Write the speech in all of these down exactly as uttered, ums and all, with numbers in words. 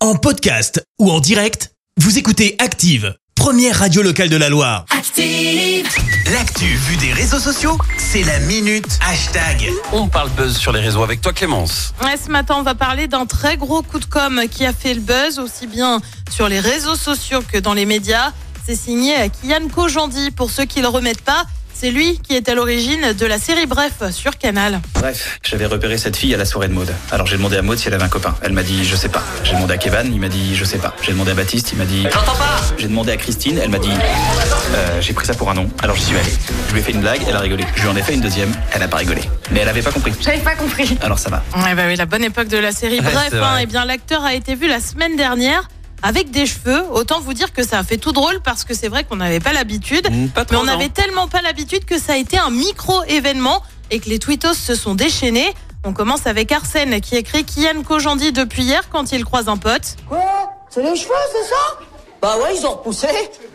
En podcast ou en direct, vous écoutez Active, première radio locale de la Loire. Active! L'actu vue des réseaux sociaux, c'est la minute hashtag. On parle buzz sur les réseaux avec toi Clémence. Ouais, ce matin, on va parler d'un très gros coup de com' qui a fait le buzz, aussi bien sur les réseaux sociaux que dans les médias. C'est signé Kian Kojandi, pour ceux qui ne le remettent pas. C'est lui qui est à l'origine de la série Bref sur Canal. Bref, j'avais repéré cette fille à la soirée de Maud. Alors j'ai demandé à Maud si elle avait un copain. Elle m'a dit je sais pas. J'ai demandé à Kevin, il m'a dit je sais pas. J'ai demandé à Baptiste, il m'a dit j'entends pas. J'ai demandé à Christine, elle m'a dit euh, j'ai pris ça pour un nom. Alors j'y suis allé. Je lui ai fait une blague, elle a rigolé. Je lui en ai fait une deuxième, elle a pas rigolé. Mais elle avait pas compris. J'avais pas compris. Alors ça va. Ouais, bah oui, la bonne époque de la série Ouais, Bref. c'est Hein, vrai. et bien l'acteur a été vu la semaine dernière avec des cheveux. Autant vous dire que ça a fait tout drôle parce que c'est vrai qu'on n'avait pas l'habitude. Mm, pas trop, Mais on non. avait tellement pas l'habitude que ça a été un micro-événement et que les tweetos se sont déchaînés. On commence avec Arsène qui écrit Kian Kojandi depuis hier quand il croise un pote. Quoi? C'est les cheveux, c'est ça? Bah ouais, ils ont repoussé.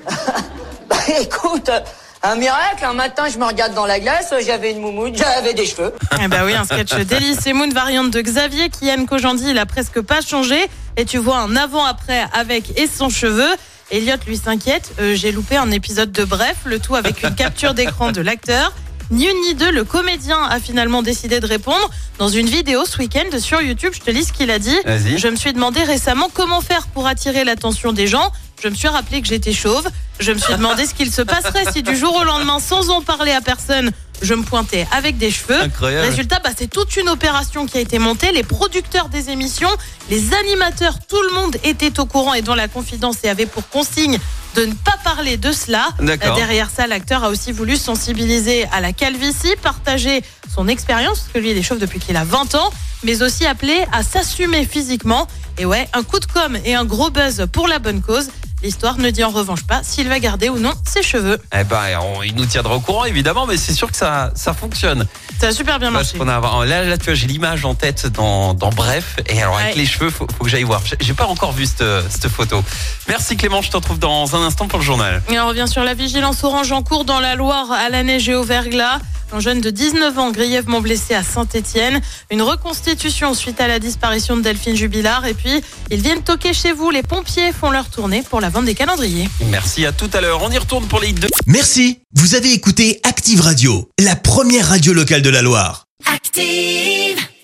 Bah écoute, un miracle, un matin je me regarde dans la glace, j'avais une moumoute, j'avais des cheveux. Eh bah oui, un sketch d'Elise Moon, variante de Xavier. Kian Kojandi, il a presque pas changé. Et tu vois un avant-après avec et sans cheveux. Elliot, lui, s'inquiète. Euh, j'ai loupé un épisode de Bref, le tout avec une capture d'écran de l'acteur. Ni une ni deux, le comédien a finalement décidé de répondre. Dans une vidéo ce week-end sur YouTube, je te lis ce qu'il a dit. Vas-y. Je me suis demandé récemment comment faire pour attirer l'attention des gens. Je me suis rappelé que j'étais chauve. Je me suis demandé ce qu'il se passerait si du jour au lendemain, sans en parler à personne, je me pointais avec des cheveux. Incroyable. Résultat, bah, c'est toute une opération qui a été montée. Les producteurs des émissions, les animateurs, tout le monde était au courant et dans la confidence et avait pour consigne de ne pas parler de cela. D'accord. Derrière ça, l'acteur a aussi voulu sensibiliser à la calvitie, partager son expérience, parce que lui, il est chauve depuis qu'il a vingt ans, mais aussi appeler à s'assumer physiquement. Et ouais, un coup de com' et un gros buzz pour la bonne cause. L'histoire ne dit en revanche pas s'il va garder ou non ses cheveux. Eh ben, on- il nous tiendra au courant évidemment, mais c'est sûr que ça, ça fonctionne. Ça a super bien Parce marché. qu'on a, là, là, tu vois, j'ai l'image en tête dans, dans Bref, et alors avec Ouais. les cheveux, faut, faut que j'aille voir. J'ai- J'ai pas encore vu cette, cette photo. Merci Clément, je te retrouve dans un instant pour le journal. Et on revient sur la vigilance orange en cours dans la Loire à la neige et au verglas. Un jeune de dix-neuf ans grièvement blessé à Saint-Étienne. Une reconstitution suite à la disparition de Delphine Jubilard. Et puis, ils viennent toquer chez vous. Les pompiers font leur tournée pour la vente des calendriers. Merci, à tout à l'heure. On y retourne pour les deux. Merci, vous avez écouté Active Radio, la première radio locale de la Loire. Active.